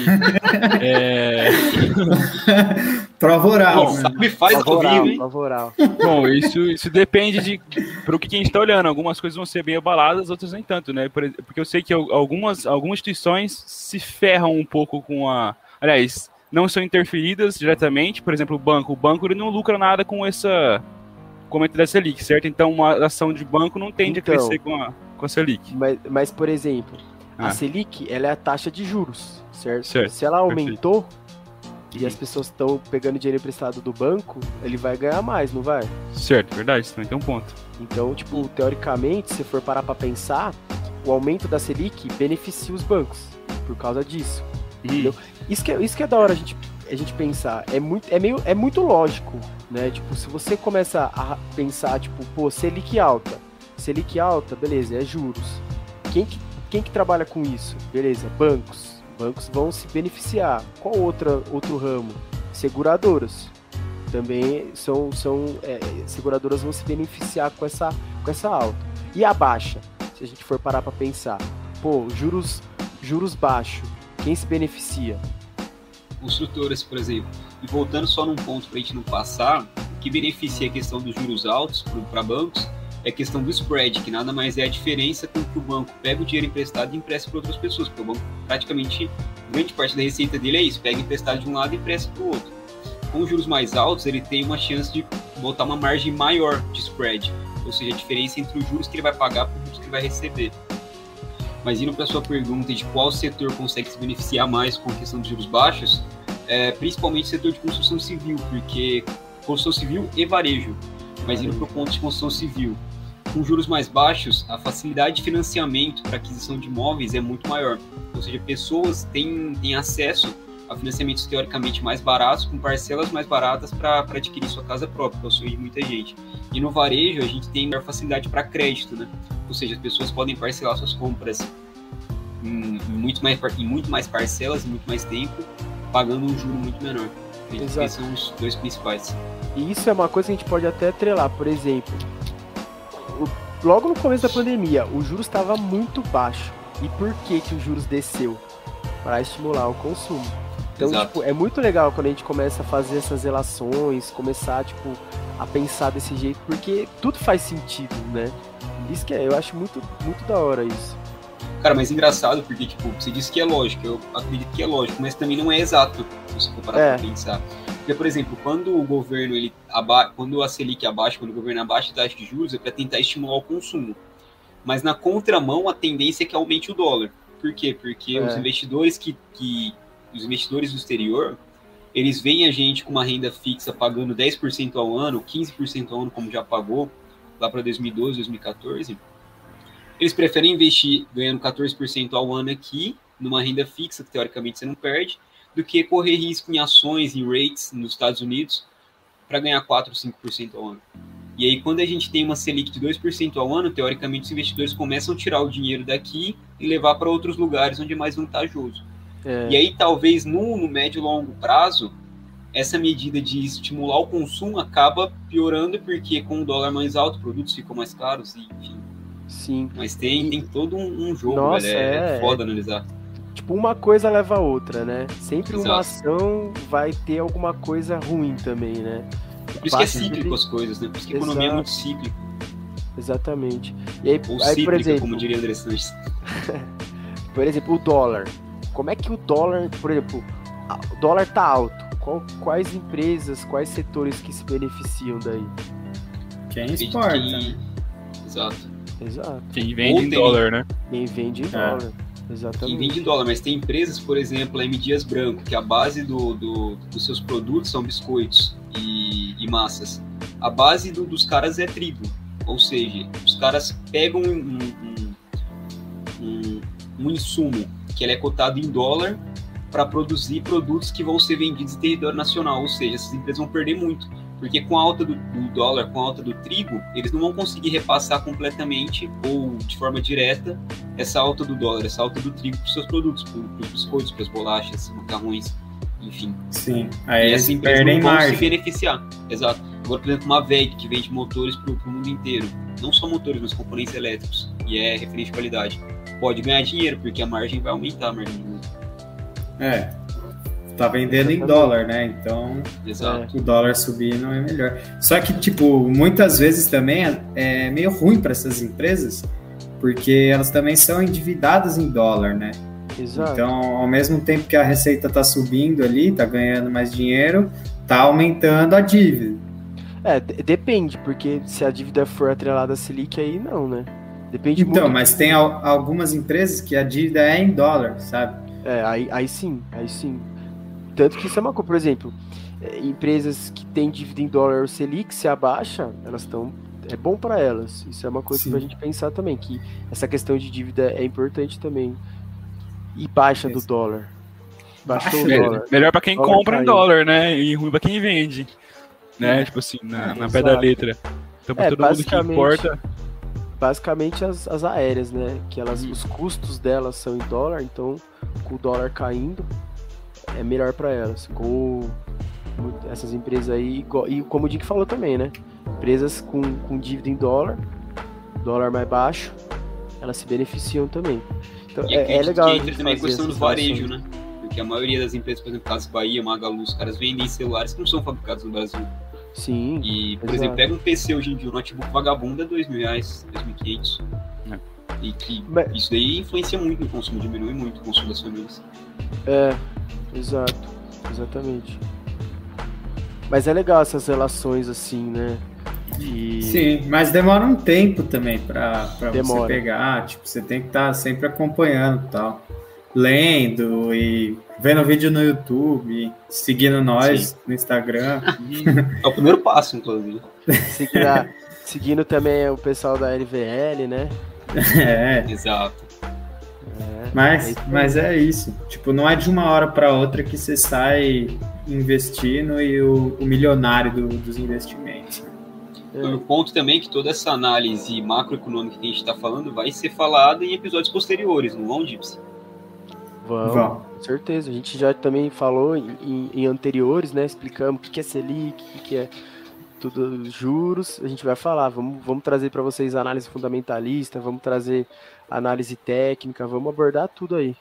Prova oral. Me faz ouvir, hein? Prova oral. Bom, isso depende pro que a gente tá olhando. Algumas coisas vão ser bem abaladas, outras nem tanto, né? Porque eu sei que algumas instituições se ferram um pouco com aliás, não são interferidas diretamente. Por exemplo, o banco ele não lucra nada com o aumento da Selic, certo? Então, uma ação de banco não tende a crescer com a Selic. Mas, por exemplo, a Selic, ela é a taxa de juros, certo? Certo. Se ela aumentou e as pessoas estão pegando dinheiro emprestado do banco, ele vai ganhar mais, não vai? Certo, verdade, isso também tem um ponto. Então, tipo, teoricamente, se for parar pra pensar, o aumento da Selic beneficia os bancos por causa disso. Entendeu? Isso que é da hora a gente pensar. É muito lógico, né? Tipo, se você começa a pensar, tipo, pô, Selic alta, beleza, é juros. Quem que trabalha com isso? Beleza, bancos. Bancos vão se beneficiar. Qual outro ramo? Seguradoras. Também seguradoras vão se beneficiar com essa alta. E a baixa? Se a gente for parar para pensar. Pô, juros baixos. Quem se beneficia? Construtoras, por exemplo. E voltando só num ponto para a gente não passar, o que beneficia a questão dos juros altos para bancos é a questão do spread, que nada mais é a diferença com que o banco pega o dinheiro emprestado e empresta para outras pessoas, porque o banco praticamente, grande parte da receita dele é isso, pega emprestado de um lado e empresta para o outro. com os juros mais altos, ele tem uma chance de botar uma margem maior de spread, ou seja, a diferença entre os juros que ele vai pagar e os juros que ele vai receber. Mas indo para a sua pergunta de qual setor consegue se beneficiar mais com a questão dos juros baixos, principalmente o setor de construção civil, porque construção civil e varejo, mas indo para o ponto de construção civil, com juros mais baixos, a facilidade de financiamento para aquisição de imóveis é muito maior, ou seja, pessoas têm acesso a financiamentos teoricamente mais baratos, com parcelas mais baratas para adquirir sua casa própria, que é o sonho de muita gente. E no varejo, a gente tem maior facilidade para crédito, né? Ou seja, as pessoas podem parcelar suas compras em muito mais parcelas, em muito mais tempo, pagando um juro muito menor. Esses são os dois principais. E isso é uma coisa que a gente pode até atrelar, por exemplo, logo no começo da pandemia, o juros estava muito baixo. E por que o juros desceu? Para estimular o consumo. Então, tipo, é muito legal quando a gente começa a fazer essas relações, começar, tipo, a pensar desse jeito, porque tudo faz sentido, né? Isso que eu acho muito, muito da hora isso. Cara, mas engraçado, porque, tipo, você disse que é lógico, eu acredito que é lógico, mas também não é exato, se você for parar pra pensar. Porque, por exemplo, quando o governo, quando a Selic abaixa, quando o governo abaixa a taxa de juros, é para tentar estimular o consumo. Mas na contramão, a tendência é que aumente o dólar. Por quê? Porque os investidores os investidores do exterior, eles veem a gente com uma renda fixa pagando 10% ao ano, 15% ao ano, como já pagou lá para 2012, 2014. Eles preferem investir ganhando 14% ao ano aqui, numa renda fixa, que teoricamente você não perde, do que correr risco em ações, em rates nos Estados Unidos, para ganhar 4% ou 5% ao ano. E aí, quando a gente tem uma Selic de 2% ao ano, teoricamente os investidores começam a tirar o dinheiro daqui e levar para outros lugares onde é mais vantajoso. E aí, talvez, no médio e longo prazo, essa medida de estimular o consumo acaba piorando, porque com o dólar mais alto, produtos ficam mais caros, e, enfim. Sim. Mas tem todo um jogo, nossa, velho, é foda analisar. Tipo, uma coisa leva a outra, né? Sempre uma ação vai ter alguma coisa ruim também, né? Por isso que é cíclico as coisas, né? Por isso que a economia é muito cíclica. Exatamente. E aí, ou cíclica, por exemplo, como diria André Sanches. Por exemplo, o dólar. Como é que o dólar, por exemplo, o dólar tá alto? Quais empresas, quais setores que se beneficiam daí? Quem exporta, né? Exato. Quem vende em dólar, né? Quem vende em dólar. Exatamente. Quem vende em dólar, mas tem empresas, por exemplo, a M. Dias Branco, que a base dos seus produtos são biscoitos e massas. A base dos caras é trigo. Ou seja, os caras pegam um insumo que ele é cotado em dólar para produzir produtos que vão ser vendidos em território nacional. Ou seja, essas empresas vão perder muito. Porque com a alta do dólar, com a alta do trigo, eles não vão conseguir repassar completamente ou de forma direta essa alta do dólar, essa alta do trigo para os seus produtos, para os biscoitos, para as bolachas, macarrões, enfim. Sim, aí e eles essa empresa perdem não vão margem. se beneficiar. Exato. Agora, por exemplo, uma VEG, que vende motores para o mundo inteiro, não só motores, mas componentes elétricos, e é referente de qualidade, pode ganhar dinheiro, porque a margem vai aumentar, a margem de lucro. Tá vendendo em dólar, né? Então, o dólar subindo é melhor. Só que, tipo, muitas vezes também é meio ruim para essas empresas, porque elas também são endividadas em dólar, né? Exato. Então, ao mesmo tempo que a receita tá subindo ali, tá ganhando mais dinheiro, tá aumentando a dívida. Depende, porque se a dívida for atrelada a Selic, aí não, né? Depende muito. Então, mas tem algumas empresas que a dívida é em dólar, sabe? Aí sim. Tanto que isso é uma coisa, por exemplo, empresas que têm dívida em dólar ou Selic, se abaixa, elas estão... É bom para elas. Isso é uma coisa pra gente pensar também, que essa questão de dívida é importante também. E baixa do dólar. Baixou o dólar. Melhor para quem compra em dólar, né? E ruim para quem vende. Né? Tipo assim, na pé da letra. Então, pra todo mundo que importa... Basicamente as aéreas, né? Que os custos delas são em dólar, então com o dólar caindo, é melhor para elas. Com essas empresas aí, e como o Dick falou também, né? Empresas com dívida em dólar mais baixo, elas se beneficiam também. Então é legal. E entra também a questão do varejo, né? Porque a maioria das empresas, por exemplo, Casas Bahia, Magalu, os caras vendem celulares que não são fabricados no Brasil. Sim. E, por exemplo, pega um PC hoje em dia, um notebook vagabundo é R$2.000, R$2.500. E que isso daí influencia muito no consumo, diminui muito o consumo das famílias. Exato. Exatamente. Mas é legal essas relações assim, né? Sim, mas demora um tempo também pra você pegar. Tipo, você tem que estar sempre acompanhando e tal. Lendo e vendo vídeo no YouTube, seguindo nós no Instagram. É o primeiro passo, inclusive. Seguindo também o pessoal da LVL, né? Exato. Mas é isso. Tipo, não é de uma hora para outra que você sai investindo e o milionário dos investimentos. O ponto também é que toda essa análise macroeconômica que a gente está falando vai ser falada em episódios posteriores, não vão, Gypsy? Vamos, com certeza. A gente já também falou em anteriores, né? Explicamos o que é Selic, o que é tudo juros. A gente vai falar, vamos trazer para vocês análise fundamentalista, vamos trazer análise técnica, vamos abordar tudo aí.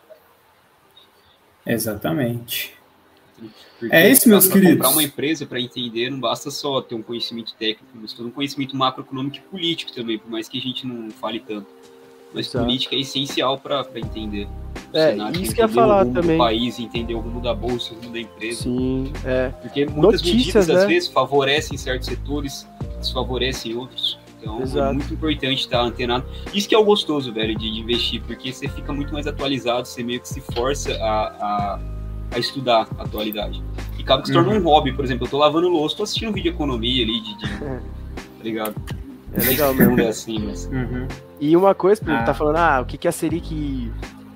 Exatamente. Porque é isso, meus queridos. Para comprar uma empresa, para entender, não basta só ter um conhecimento técnico, mas todo um conhecimento macroeconômico e político também, por mais que a gente não fale tanto. Mas política é essencial para entender o cenário, isso que eu ia falar o rumo também. do país, entender o rumo da bolsa, o rumo da empresa. Sim, Porque muitas medidas, às vezes, favorecem certos setores, desfavorecem outros. Então, é muito importante estar antenado. Isso que é o gostoso, velho, de investir, porque você fica muito mais atualizado, você meio que se força a estudar a atualidade. E acaba que se torna um hobby, por exemplo, eu tô lavando louça, tô assistindo um vídeo de economia ali, tá ligado? É legal mesmo. É assim, mas... E uma coisa, tá falando, o que é a Selic,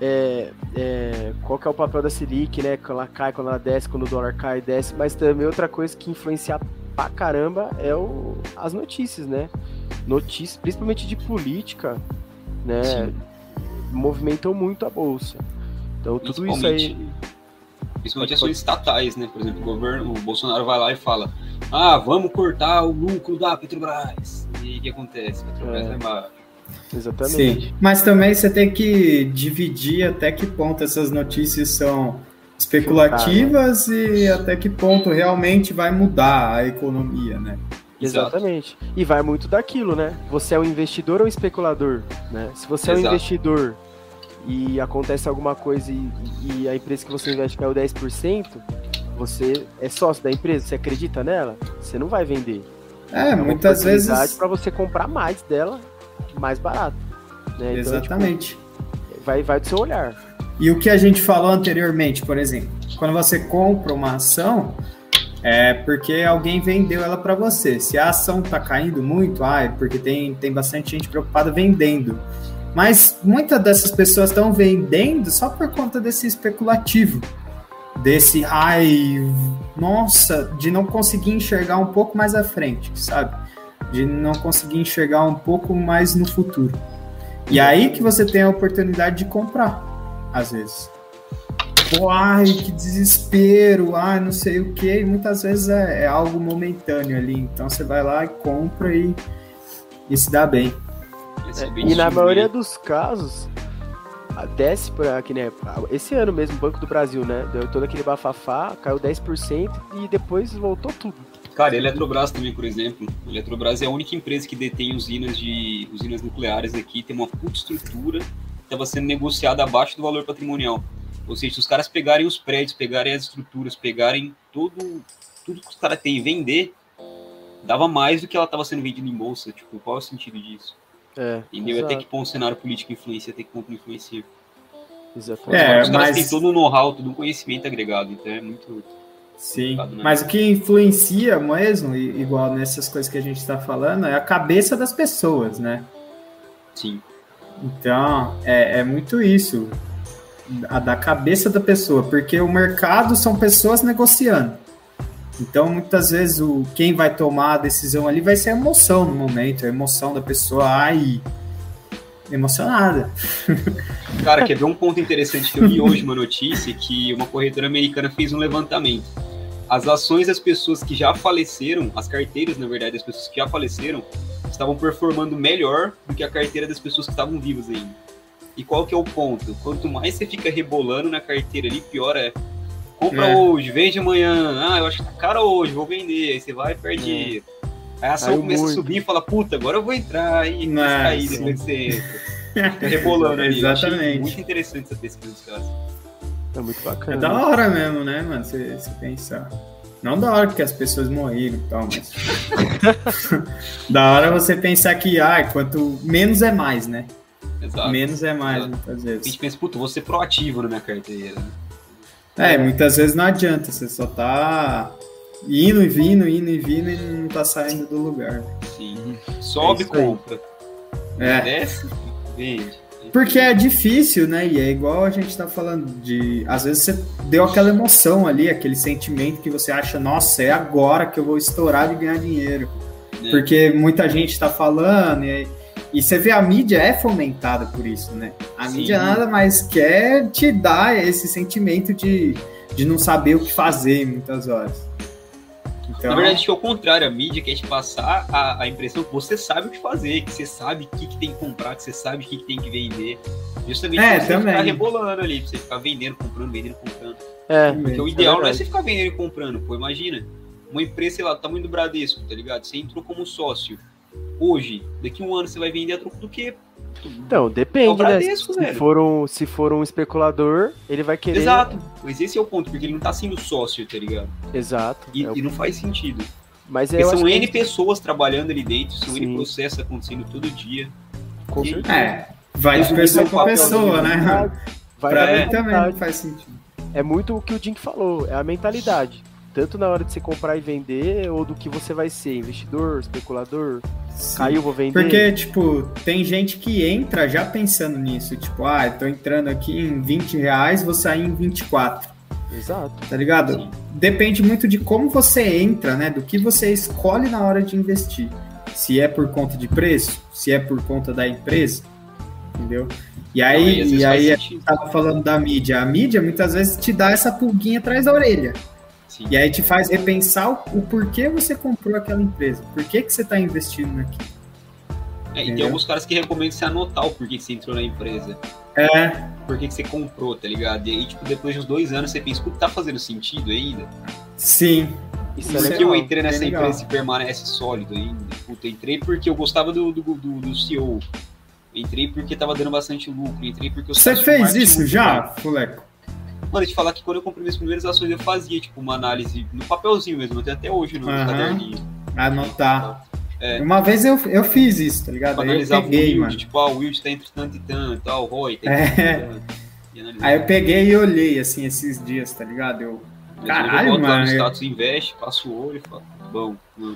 qual que é o papel da Selic, né, quando ela cai, quando ela desce, quando o dólar cai, desce, mas também outra coisa que influencia pra caramba é as notícias, né? Notícias, principalmente de política, né, movimentam muito a bolsa. Então tudo isso aí... Principalmente ações estatais, né? Por exemplo, o Bolsonaro vai lá e fala: vamos cortar o lucro da Petrobras. E o que acontece? A Petrobras vai embora. Exatamente. Sim, mas também você tem que dividir até que ponto essas notícias são especulativas e até que ponto realmente vai mudar a economia, né? Exatamente. E vai muito daquilo, né? Você é um investidor ou um especulador, né? Se você é um investidor e acontece alguma coisa e a empresa que você investe caiu 10%, você é sócio da empresa, você acredita nela? Você não vai vender. Muitas vezes... para você comprar mais dela, mais barato. Né? Então, exatamente. Vai do seu olhar. E o que a gente falou anteriormente, por exemplo, quando você compra uma ação, é porque alguém vendeu ela para você. Se a ação está caindo muito, é porque tem bastante gente preocupada vendendo. Mas muitas dessas pessoas estão vendendo só por conta desse especulativo, desse de não conseguir enxergar um pouco mais à frente, sabe? De não conseguir enxergar um pouco mais no futuro. E aí que você tem a oportunidade de comprar, às vezes. Que desespero, não sei o quê. E muitas vezes é algo momentâneo ali. Então você vai lá e compra e se dá bem. E na maioria dos casos, desce por aqui, né? Esse ano mesmo, o Banco do Brasil, né? Deu todo aquele bafafá, caiu 10% e depois voltou tudo. Cara, a Eletrobras também, por exemplo. A Eletrobras é a única empresa que detém usinas nucleares aqui, tem uma puta estrutura que estava sendo negociada abaixo do valor patrimonial. Ou seja, se os caras pegarem os prédios, pegarem as estruturas, pegarem tudo que os caras têm e vender, dava mais do que ela estava sendo vendida em bolsa. Tipo, qual é o sentido disso? Entendeu? Até que ponto o cenário político influencia, até que ponto não influencia. Exatamente. Os caras têm todo um know-how, todo um conhecimento agregado, então é muito... Sim, mas o que influencia mesmo, igual nessas coisas que a gente está falando, é a cabeça das pessoas, né? Sim. Então, é muito isso, a da cabeça da pessoa, porque o mercado são pessoas negociando. Então, muitas vezes, quem vai tomar a decisão ali vai ser a emoção no momento, a emoção da pessoa, emocionada. Cara, quer ver um ponto interessante que eu li hoje, uma notícia, que uma corretora americana fez um levantamento. As ações das pessoas que já faleceram, as carteiras, na verdade, das pessoas que já faleceram, estavam performando melhor do que a carteira das pessoas que estavam vivas ainda. E qual que é o ponto? Quanto mais você fica rebolando na carteira ali, pior é. Compra hoje, vende amanhã. Eu acho que tá caro hoje, vou vender. Aí você vai e perde. Aí a ação começa a subir e fala, puta, agora eu vou entrar e cair depois você entra. Fica rebolando ali. Exatamente. Muito interessante essa pesquisa dos caras. É muito bacana. É da hora mesmo, né, mano? Você pensar. Não da hora que as pessoas morreram e tal, mas... da hora você pensar que, quanto menos é mais, né? Exato. Menos é mais, muitas vezes. A gente pensa, puta, vou ser proativo na minha carteira. Né? Muitas vezes não adianta, você só tá indo e vindo e não tá saindo do lugar. Sim. Sobe, compra. Desce, vende. Porque é difícil, né? E é igual a gente tá falando de... Às vezes você deu aquela emoção ali, aquele sentimento que você acha, nossa, é agora que eu vou estourar de ganhar dinheiro. Porque muita gente tá falando e você vê a mídia é fomentada por isso, né? A mídia nada mais quer te dar esse sentimento de não saber o que fazer muitas horas. Então... Na verdade, acho que é o contrário. A mídia quer te passar a impressão que você sabe o que fazer, que você sabe o que tem que comprar, que você sabe o que tem que vender. Justamente pra você ficar rebolando ali, pra você ficar vendendo, comprando. Porque o ideal não é você ficar vendendo e comprando. Pô, imagina, uma empresa, sei lá, do tamanho do Bradesco, tá ligado? Você entrou como sócio. Hoje, daqui a um ano, você vai vender a troco do quê? Então, depende, Bradesco, né? Se for um especulador, ele vai querer... Exato, mas esse é o ponto, porque ele não tá sendo sócio, tá ligado? Exato. E não faz sentido. Mas porque são N pessoas trabalhando ali dentro, são N processos acontecendo todo dia. Com certeza. Vai de pessoa pra pessoa, né? Pra mim também não faz sentido. É muito o que o Dink falou, é a mentalidade. Tanto na hora de você comprar e vender, ou do que você vai ser, investidor, especulador, caiu, vou vender. Porque, tipo, tem gente que entra já pensando nisso, tipo, eu tô entrando aqui em R$20, vou sair em 24. Exato. Tá ligado? Sim. Depende muito de como você entra, né, do que você escolhe na hora de investir. Se é por conta de preço, se é por conta da empresa, entendeu? E aí a gente tava falando da mídia. A mídia, muitas vezes, te dá essa pulguinha atrás da orelha. Sim. E aí te faz repensar o porquê você comprou aquela empresa. Por que você está investindo naquilo. E tem alguns caras que recomendam você anotar o porquê que você entrou na empresa. Por que você comprou, tá ligado? E aí, tipo, depois de uns 2 anos, você pensa, tá fazendo sentido ainda? Sim. Isso é legal. Eu entrei nessa empresa e permanece sólido ainda. Puta, entrei porque eu gostava do CEO. Entrei porque tava dando bastante lucro. Entrei porque você fez isso já, Fuleco? Mano, te falar que quando eu comprei minhas primeiras ações, eu fazia, tipo, uma análise no papelzinho mesmo, até hoje no caderninho. Anotar. Uma vez eu fiz isso, tá ligado? Aí eu peguei, mano. Tipo, o yield tá entre tanto e tanto, o ROI tá entre tanto e tanto. Aí eu peguei e olhei, assim, esses dias, tá ligado? Caralho, eu mano. Lá no status investe, passo o olho e falo, bom, mano.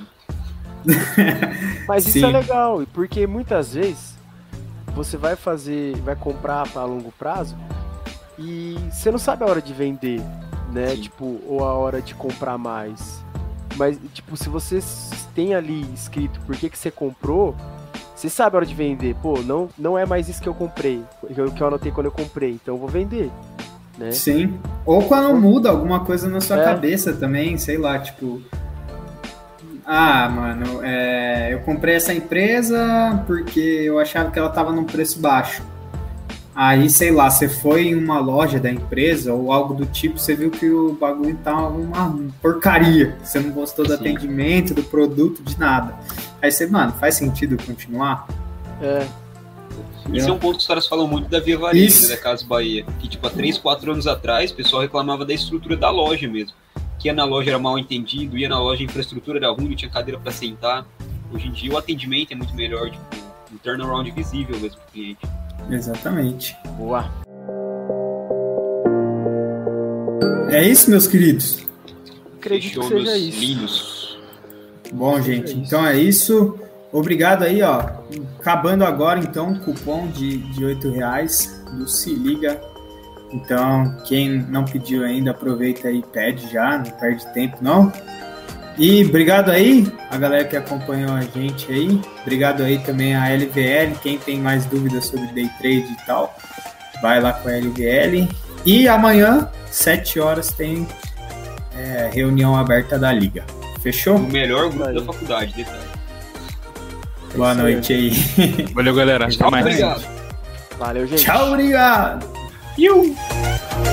Mas isso é legal, porque muitas vezes você vai comprar pra longo prazo e você não sabe a hora de vender, né? Sim. Tipo, ou a hora de comprar mais. Mas, tipo, se você tem ali escrito por que você comprou, você sabe a hora de vender. Pô, não é mais isso que eu comprei, que eu anotei quando eu comprei, então eu vou vender, né? Sim. Ou quando muda alguma coisa na sua cabeça também, sei lá, tipo... mano, eu comprei essa empresa porque eu achava que ela tava num preço baixo. Aí, sei lá, você foi em uma loja da empresa ou algo do tipo, você viu que o bagulho tá uma porcaria. Você não gostou do atendimento, do produto, de nada. Aí você, mano, faz sentido continuar? Isso é um ponto que os caras falam muito da Via Varejo, da Casas Bahia. Que, tipo, há 3, 4 anos atrás, o pessoal reclamava da estrutura da loja mesmo. Que ia na loja era mal entendido, ia na loja a infraestrutura era ruim, não tinha cadeira pra sentar. Hoje em dia o atendimento é muito melhor, tipo, um turnaround visível mesmo pro cliente. Exatamente. Boa. É isso, meus queridos? Acredito que seja isso. Lindos. Bom, gente, então é isso. Obrigado aí, ó. Acabando agora, então, cupom de R$8 do Se Liga. Então, quem não pediu ainda, aproveita aí e pede já, não perde tempo, não. E obrigado aí a galera que acompanhou a gente aí. Obrigado aí também a LVL. Quem tem mais dúvidas sobre day trade e tal, vai lá com a LVL. E amanhã, 7 horas, tem reunião aberta da Liga. Fechou? O melhor grupo da faculdade, detalhe. Boa noite aí. Valeu, galera. Tchau, obrigado. Valeu, gente. Tchau, obrigado.